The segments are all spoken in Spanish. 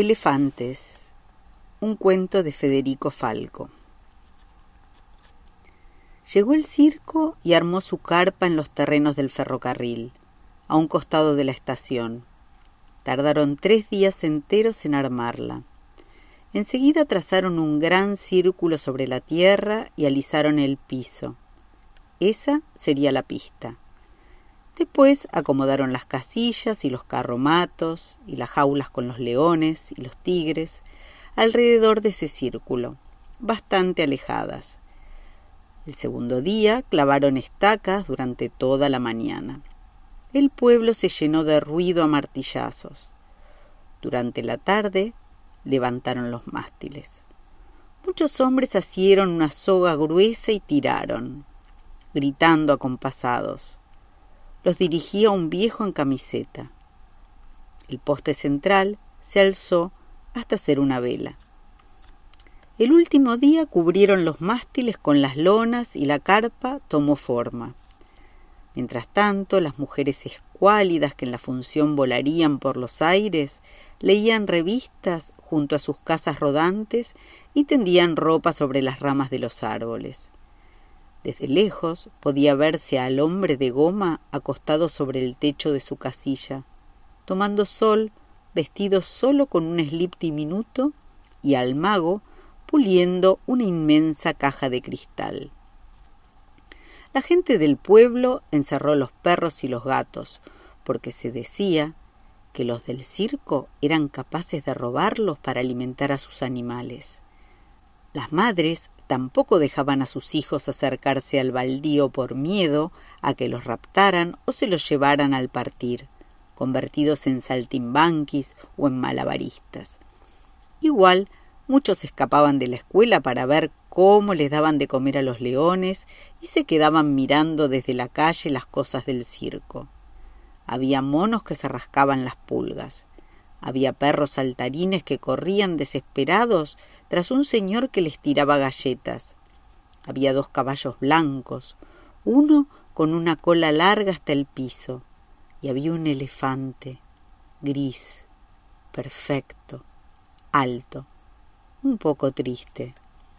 Elefantes, un cuento de Federico Falco. Llegó el circo y armó su carpa en los terrenos del ferrocarril, a un costado de la estación. Tardaron 3 días enteros en armarla. Enseguida trazaron un gran círculo sobre la tierra y alisaron el piso. Esa sería la pista. Después acomodaron las casillas y los carromatos y las jaulas con los leones y los tigres alrededor de ese círculo, bastante alejadas. El segundo día clavaron estacas durante toda la mañana. El pueblo se llenó de ruido a martillazos. Durante la tarde levantaron los mástiles. Muchos hombres asieron una soga gruesa y tiraron, gritando acompasados. Los dirigía un viejo en camiseta. El poste central se alzó hasta hacer una vela. El último día cubrieron los mástiles con las lonas y la carpa tomó forma. Mientras tanto, las mujeres escuálidas que en la función volarían por los aires leían revistas junto a sus casas rodantes y tendían ropa sobre las ramas de los árboles. Desde lejos podía verse al hombre de goma acostado sobre el techo de su casilla, tomando sol, vestido solo con un slip diminuto, y al mago puliendo una inmensa caja de cristal. La gente del pueblo encerró los perros y los gatos, porque se decía que los del circo eran capaces de robarlos para alimentar a sus animales. Las madres tampoco dejaban a sus hijos acercarse al baldío por miedo a que los raptaran o se los llevaran al partir, convertidos en saltimbanquis o en malabaristas. Igual, muchos escapaban de la escuela para ver cómo les daban de comer a los leones y se quedaban mirando desde la calle las cosas del circo. Había monos que se rascaban las pulgas. Había perros saltarines que corrían desesperados tras un señor que les tiraba galletas. Había 2 caballos blancos, uno con una cola larga hasta el piso, y había un elefante, gris, perfecto, alto, un poco triste.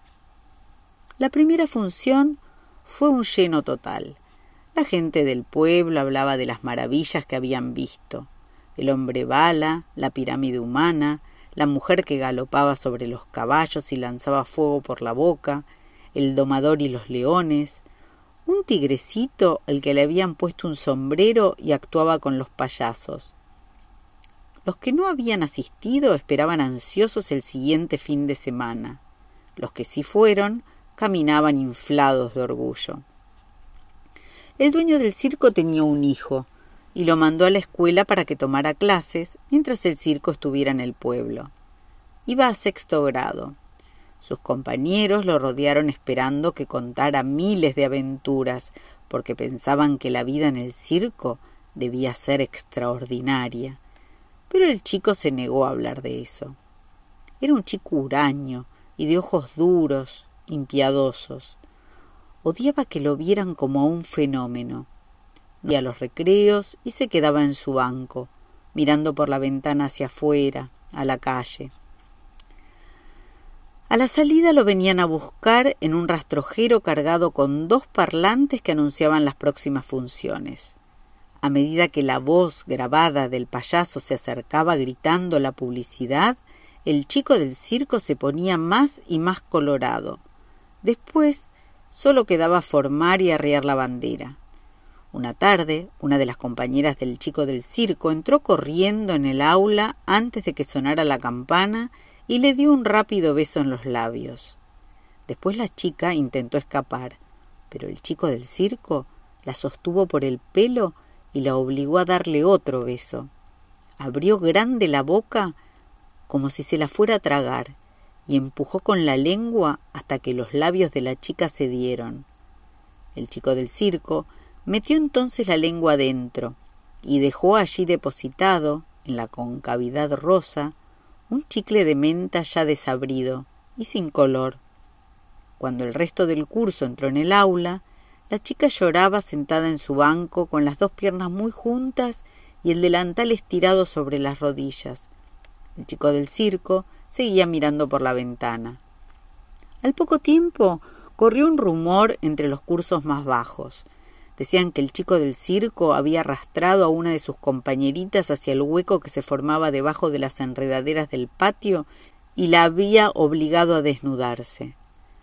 La primera función fue un lleno total. La gente del pueblo hablaba de las maravillas que habían visto. El hombre bala, la pirámide humana, la mujer que galopaba sobre los caballos y lanzaba fuego por la boca, el domador y los leones, un tigrecito al que le habían puesto un sombrero y actuaba con los payasos. Los que no habían asistido esperaban ansiosos el siguiente fin de semana. Los que sí fueron caminaban inflados de orgullo. El dueño del circo tenía un hijo y lo mandó a la escuela para que tomara clases mientras el circo estuviera en el pueblo. Iba a 6º grado. Sus compañeros lo rodearon esperando que contara miles de aventuras, porque pensaban que la vida en el circo debía ser extraordinaria. Pero el chico se negó a hablar de eso. Era un chico huraño y de ojos duros, impiadosos. Odiaba que lo vieran como a un fenómeno. No iba a los recreos y se quedaba en su banco, mirando por la ventana hacia afuera, a la calle. A la salida lo venían a buscar en un rastrojero cargado con 2 parlantes que anunciaban las próximas funciones. A medida que la voz grabada del payaso se acercaba gritando la publicidad, el chico del circo se ponía más y más colorado. Después solo quedaba formar y arriar la bandera. Una tarde, una de las compañeras del chico del circo entró corriendo en el aula antes de que sonara la campana y le dio un rápido beso en los labios. Después la chica intentó escapar, pero el chico del circo la sostuvo por el pelo y la obligó a darle otro beso. Abrió grande la boca como si se la fuera a tragar y empujó con la lengua hasta que los labios de la chica cedieron. El chico del circo metió entonces la lengua dentro y dejó allí depositado, en la concavidad rosa, un chicle de menta ya desabrido y sin color. Cuando el resto del curso entró en el aula, la chica lloraba sentada en su banco con las 2 piernas muy juntas y el delantal estirado sobre las rodillas. El chico del circo seguía mirando por la ventana. Al poco tiempo corrió un rumor entre los cursos más bajos. Decían que el chico del circo había arrastrado a una de sus compañeritas hacia el hueco que se formaba debajo de las enredaderas del patio y la había obligado a desnudarse.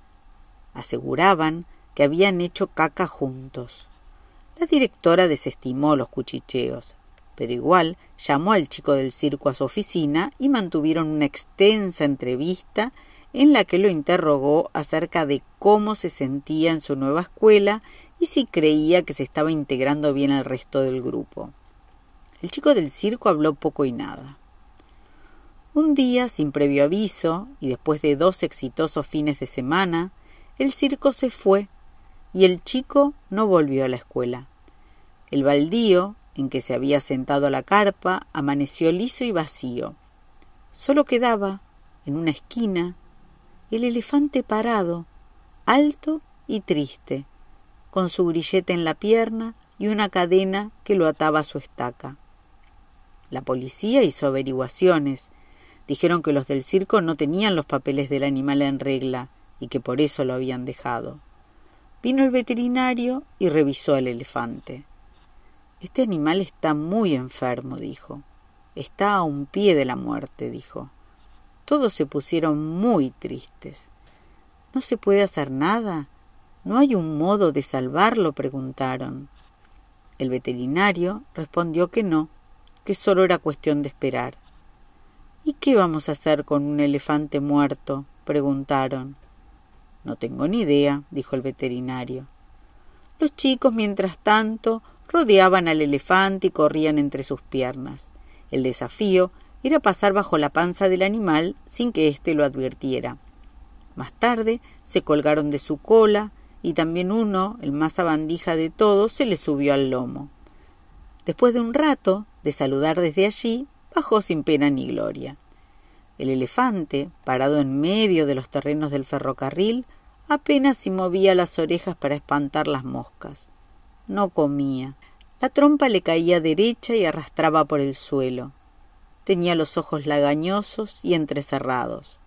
Aseguraban que habían hecho caca juntos. La directora desestimó los cuchicheos, pero igual llamó al chico del circo a su oficina y mantuvieron una extensa entrevista en la que lo interrogó acerca de cómo se sentía en su nueva escuela y si creía que se estaba integrando bien al resto del grupo. El chico del circo habló poco y nada. Un día, sin previo aviso, y después de 2 exitosos fines de semana, el circo se fue y el chico no volvió a la escuela. El baldío en que se había sentado la carpa amaneció liso y vacío. Solo quedaba, en una esquina, el elefante parado, alto y triste, con su grillete en la pierna y una cadena que lo ataba a su estaca. La policía hizo averiguaciones. Dijeron que los del circo no tenían los papeles del animal en regla y que por eso lo habían dejado. Vino el veterinario y revisó al elefante. «Este animal está muy enfermo», dijo. «Está a un pie de la muerte», dijo. Todos se pusieron muy tristes. «¿No se puede hacer nada? ¿No hay un modo de salvarlo?», preguntaron. El veterinario respondió que no, que solo era cuestión de esperar. «¿Y qué vamos a hacer con un elefante muerto?», preguntaron. «No tengo ni idea», dijo el veterinario. Los chicos, mientras tanto, rodeaban al elefante y corrían entre sus piernas. El desafío era pasar bajo la panza del animal sin que éste lo advirtiera. Más tarde se colgaron de su cola y también uno, el más sabandija de todos, se le subió al lomo. Después de un rato de saludar desde allí, bajó sin pena ni gloria. El elefante, parado en medio de los terrenos del ferrocarril, apenas si movía las orejas para espantar las moscas. No comía. La trompa le caía derecha y arrastraba por el suelo. Tenía los ojos lagañosos y entrecerrados.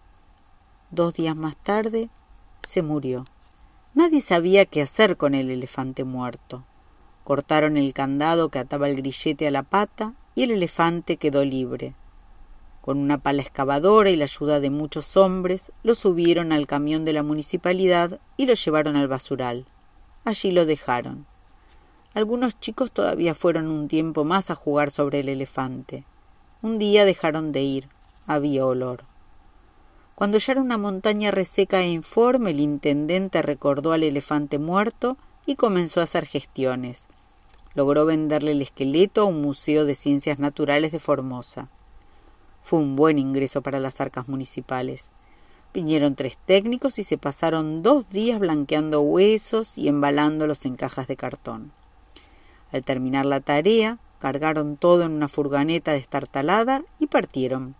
2 días más tarde se murió. Nadie sabía qué hacer con el elefante muerto. Cortaron el candado que ataba el grillete a la pata y el elefante quedó libre. Con una pala excavadora y la ayuda de muchos hombres, lo subieron al camión de la municipalidad y lo llevaron al basural. Allí lo dejaron. Algunos chicos todavía fueron un tiempo más a jugar sobre el elefante. Un día dejaron de ir. Había olor. Cuando ya era una montaña reseca e informe, el intendente recordó al elefante muerto y comenzó a hacer gestiones. Logró venderle el esqueleto a un museo de ciencias naturales de Formosa. Fue un buen ingreso para las arcas municipales. Vinieron 3 técnicos y se pasaron 2 días blanqueando huesos y embalándolos en cajas de cartón. Al terminar la tarea, cargaron todo en una furgoneta destartalada y partieron.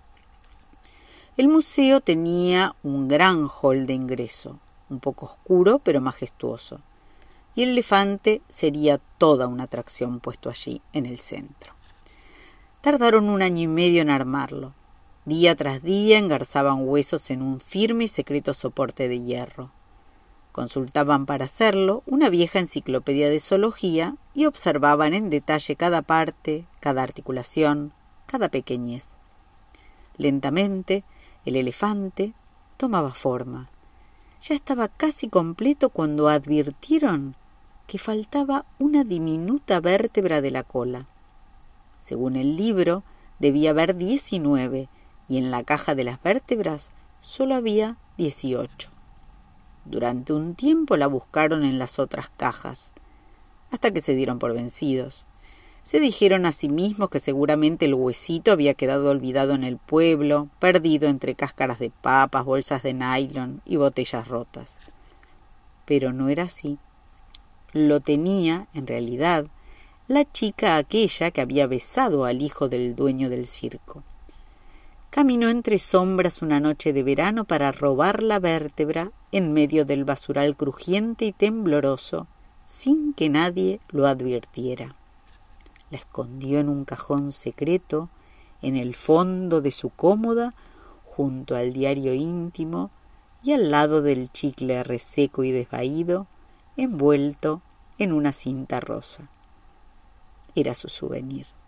El museo tenía un gran hall de ingreso, un poco oscuro pero majestuoso, y el elefante sería toda una atracción puesto allí en el centro. Tardaron 1 año y medio en armarlo. Día tras día engarzaban huesos en un firme y secreto soporte de hierro. Consultaban para hacerlo una vieja enciclopedia de zoología y observaban en detalle cada parte, cada articulación, cada pequeñez. Lentamente, el elefante tomaba forma. Ya estaba casi completo cuando advirtieron que faltaba una diminuta vértebra de la cola. Según el libro, debía haber 19, y en la caja de las vértebras solo había 18. Durante un tiempo la buscaron en las otras cajas, hasta que se dieron por vencidos. Se dijeron a sí mismos que seguramente el huesito había quedado olvidado en el pueblo, perdido entre cáscaras de papas, bolsas de nylon y botellas rotas. Pero no era así. Lo tenía, en realidad, la chica aquella que había besado al hijo del dueño del circo. Caminó entre sombras una noche de verano para robar la vértebra en medio del basural crujiente y tembloroso, sin que nadie lo advirtiera. La escondió en un cajón secreto en el fondo de su cómoda, junto al diario íntimo y al lado del chicle reseco y desvaído, envuelto en una cinta rosa. Era su souvenir.